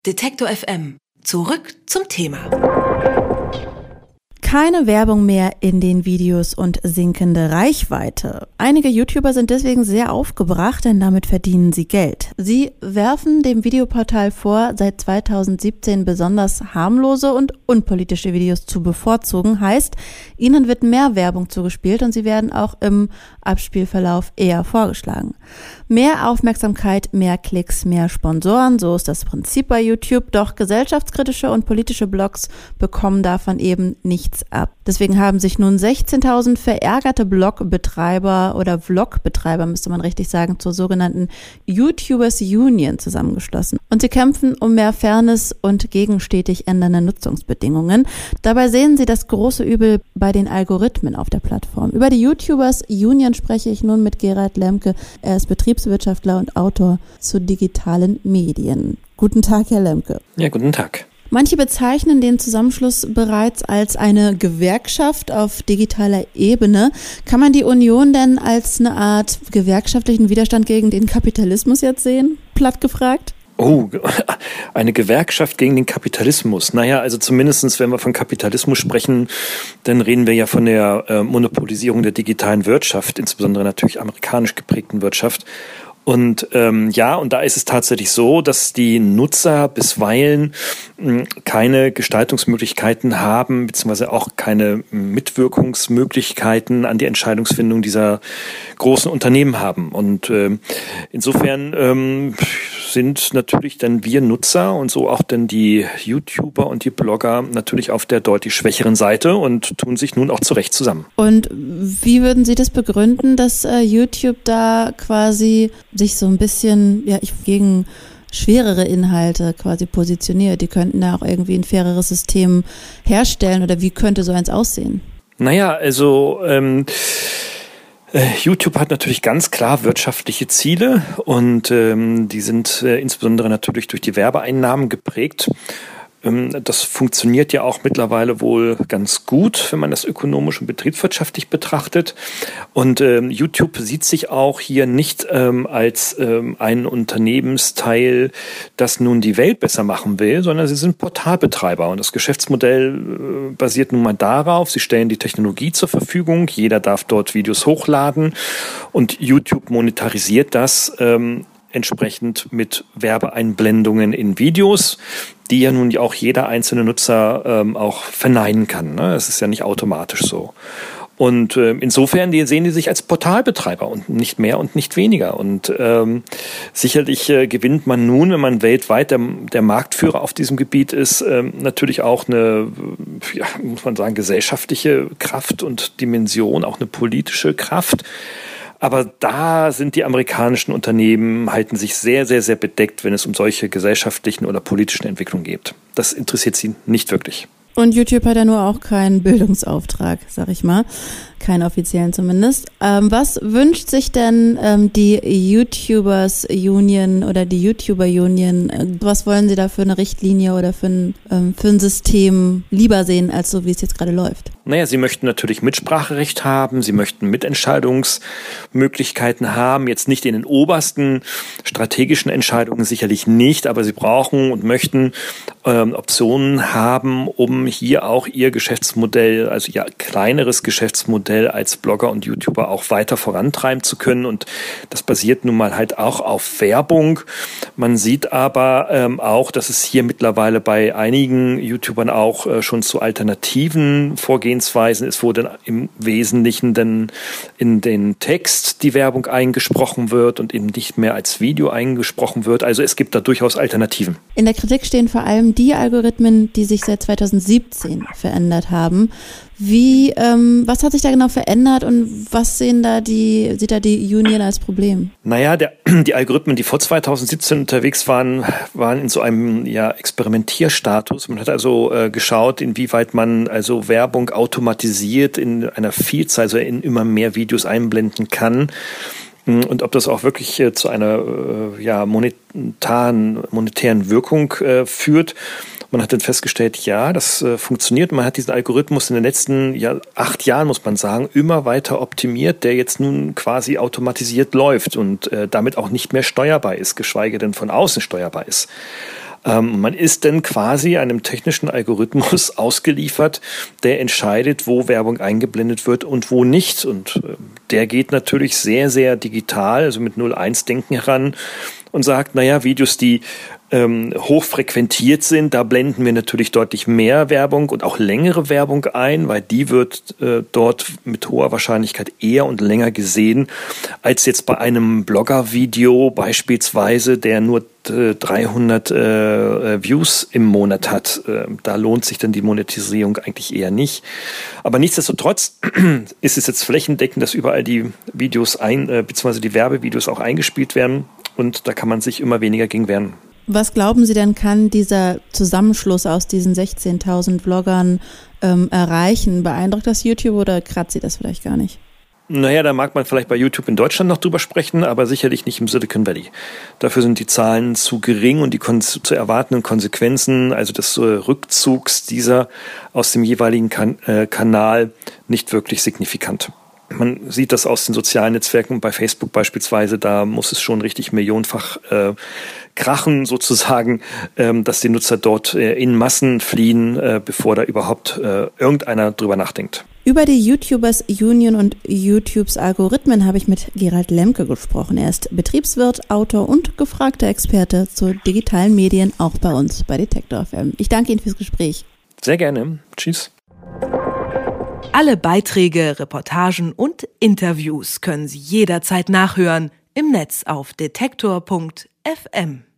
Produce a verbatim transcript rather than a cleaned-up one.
Detektor F M. Zurück zum Thema. Keine Werbung mehr in den Videos und sinkende Reichweite. Einige YouTuber sind deswegen sehr aufgebracht, denn damit verdienen sie Geld. Sie werfen dem Videoportal vor, seit zweitausendsiebzehn besonders harmlose und unpolitische Videos zu bevorzugen. Heißt, ihnen wird mehr Werbung zugespielt und sie werden auch im Abspielverlauf eher vorgeschlagen. Mehr Aufmerksamkeit, mehr Klicks, mehr Sponsoren, so ist das Prinzip bei YouTube. Doch gesellschaftskritische und politische Blogs bekommen davon eben nichts ab. Deswegen haben sich nun sechzehntausend verärgerte Blogbetreiber oder Vlogbetreiber, müsste man richtig sagen, zur sogenannten YouTubers Union zusammengeschlossen. Und sie kämpfen um mehr Fairness und gegen stetig ändernde Nutzungsbedingungen. Dabei sehen sie das große Übel bei den Algorithmen auf der Plattform. Über die YouTubers Union spreche ich nun mit Gerald Lemke. Er ist Betriebswirtschaftler und Autor zu digitalen Medien. Guten Tag, Herr Lemke. Ja, guten Tag. Manche bezeichnen den Zusammenschluss bereits als eine Gewerkschaft auf digitaler Ebene. Kann man die Union denn als eine Art gewerkschaftlichen Widerstand gegen den Kapitalismus jetzt sehen? Platt gefragt. Oh, eine Gewerkschaft gegen den Kapitalismus. Naja, also zumindestens, wenn wir von Kapitalismus sprechen, dann reden wir ja von der äh, Monopolisierung der digitalen Wirtschaft, insbesondere natürlich amerikanisch geprägten Wirtschaft. Und ähm, ja, und da ist es tatsächlich so, dass die Nutzer bisweilen mh, keine Gestaltungsmöglichkeiten haben, beziehungsweise auch keine Mitwirkungsmöglichkeiten an die Entscheidungsfindung dieser großen Unternehmen haben. Und äh, insofern ähm, sind natürlich dann wir Nutzer und so auch dann die YouTuber und die Blogger natürlich auf der deutlich schwächeren Seite und tun sich nun auch zu Recht zusammen. Und wie würden Sie das begründen, dass äh, YouTube da quasi sich so ein bisschen ja, ich, gegen schwerere Inhalte quasi positioniert? Die könnten da auch irgendwie ein faireres System herstellen oder wie könnte so eins aussehen? Naja, also ähm, YouTube hat natürlich ganz klar wirtschaftliche Ziele und ähm, die sind äh, insbesondere natürlich durch die Werbeeinnahmen geprägt. Das funktioniert ja auch mittlerweile wohl ganz gut, wenn man das ökonomisch und betriebswirtschaftlich betrachtet. Und ähm, YouTube sieht sich auch hier nicht ähm, als ähm, ein Unternehmensteil, das nun die Welt besser machen will, sondern sie sind Portalbetreiber. Und das Geschäftsmodell äh, basiert nun mal darauf, sie stellen die Technologie zur Verfügung, jeder darf dort Videos hochladen und YouTube monetarisiert das ähm, entsprechend mit Werbeeinblendungen in Videos, die ja nun auch jeder einzelne Nutzer ähm, auch verneinen kann. Ne? Es ist ja nicht automatisch so. Und äh, insofern die sehen die sich als Portalbetreiber und nicht mehr und nicht weniger. Und ähm, sicherlich äh, gewinnt man nun, wenn man weltweit der, der Marktführer auf diesem Gebiet ist, ähm, natürlich auch eine, ja, muss man sagen, gesellschaftliche Kraft und Dimension, auch eine politische Kraft. Aber da sind die amerikanischen Unternehmen, halten sich sehr, sehr, sehr bedeckt, wenn es um solche gesellschaftlichen oder politischen Entwicklungen geht. Das interessiert sie nicht wirklich. Und YouTube hat ja nur auch keinen Bildungsauftrag, sag ich mal. Keinen offiziellen zumindest. Ähm, was wünscht sich denn ähm, die YouTubers Union oder die YouTuber Union? Was wollen sie da für eine Richtlinie oder für ein, ähm, für ein System lieber sehen, als so wie es jetzt gerade läuft? Naja, sie möchten natürlich Mitspracherecht haben, sie möchten Mitentscheidungsmöglichkeiten haben, jetzt nicht in den obersten strategischen Entscheidungen sicherlich nicht, aber sie brauchen und möchten ähm, Optionen haben, um hier auch ihr Geschäftsmodell, also ihr kleineres Geschäftsmodell als Blogger und YouTuber auch weiter vorantreiben zu können. Und das basiert nun mal halt auch auf Werbung. Man sieht aber ähm, auch, dass es hier mittlerweile bei einigen YouTubern auch äh, schon zu alternativen Vorgehensweisen ist, wo dann im Wesentlichen dann in den Text die Werbung eingesprochen wird und eben nicht mehr als Video eingesprochen wird. Also es gibt da durchaus Alternativen. In der Kritik stehen vor allem die Algorithmen, die sich seit zweitausendsiebzehn verändert haben. Wie, ähm, was hat sich da genau verändert und was sehen da die, sieht da die Union als Problem? Naja, der, die Algorithmen, die vor zweitausendsiebzehn unterwegs waren, waren in so einem ja, Experimentierstatus. Man hat also äh, geschaut, inwieweit man also Werbung automatisiert in einer Vielzahl, also in immer mehr Videos einblenden kann. Und ob das auch wirklich äh, zu einer äh, ja, monetären, monetären Wirkung äh, führt. Man hat dann festgestellt, ja, das äh, funktioniert. Man hat diesen Algorithmus in den letzten ja, acht Jahren, muss man sagen, immer weiter optimiert, der jetzt nun quasi automatisiert läuft und äh, damit auch nicht mehr steuerbar ist, geschweige denn von außen steuerbar ist. Ähm, man ist dann quasi einem technischen Algorithmus ausgeliefert, der entscheidet, wo Werbung eingeblendet wird und wo nicht. Und äh, der geht natürlich sehr, sehr digital, also mit null eins Denken heran und sagt, naja, Videos, die ähm, hoch frequentiert sind, da blenden wir natürlich deutlich mehr Werbung und auch längere Werbung ein, weil die wird äh, dort mit hoher Wahrscheinlichkeit eher und länger gesehen, als jetzt bei einem Blogger-Video beispielsweise, der nur äh, dreihundert äh, Views im Monat hat. Äh, da lohnt sich dann die Monetisierung eigentlich eher nicht. Aber nichtsdestotrotz ist es jetzt flächendeckend, dass überall die Videos ein, äh, beziehungsweise die Werbevideos auch eingespielt werden und da kann man sich immer weniger gegen wehren. Was glauben Sie denn, kann dieser Zusammenschluss aus diesen sechzehntausend Vloggern ähm, erreichen? Beeindruckt das YouTube oder kratzt Sie das vielleicht gar nicht? Naja, da mag man vielleicht bei YouTube in Deutschland noch drüber sprechen, aber sicherlich nicht im Silicon Valley. Dafür sind die Zahlen zu gering und die kon- zu erwartenden Konsequenzen, also des äh, Rückzugs dieser aus dem jeweiligen kan- äh, Kanal, nicht wirklich signifikant. Man sieht das aus den sozialen Netzwerken, bei Facebook beispielsweise, da muss es schon richtig millionenfach äh, krachen sozusagen, ähm, dass die Nutzer dort äh, in Massen fliehen, äh, bevor da überhaupt äh, irgendeiner drüber nachdenkt. Über die YouTubers Union und YouTubes Algorithmen habe ich mit Gerald Lemke gesprochen. Er ist Betriebswirt, Autor und gefragter Experte zu digitalen Medien, auch bei uns bei Detektor F M. Ich danke Ihnen fürs Gespräch. Sehr gerne. Tschüss. Alle Beiträge, Reportagen und Interviews können Sie jederzeit nachhören im Netz auf detektor punkt f m.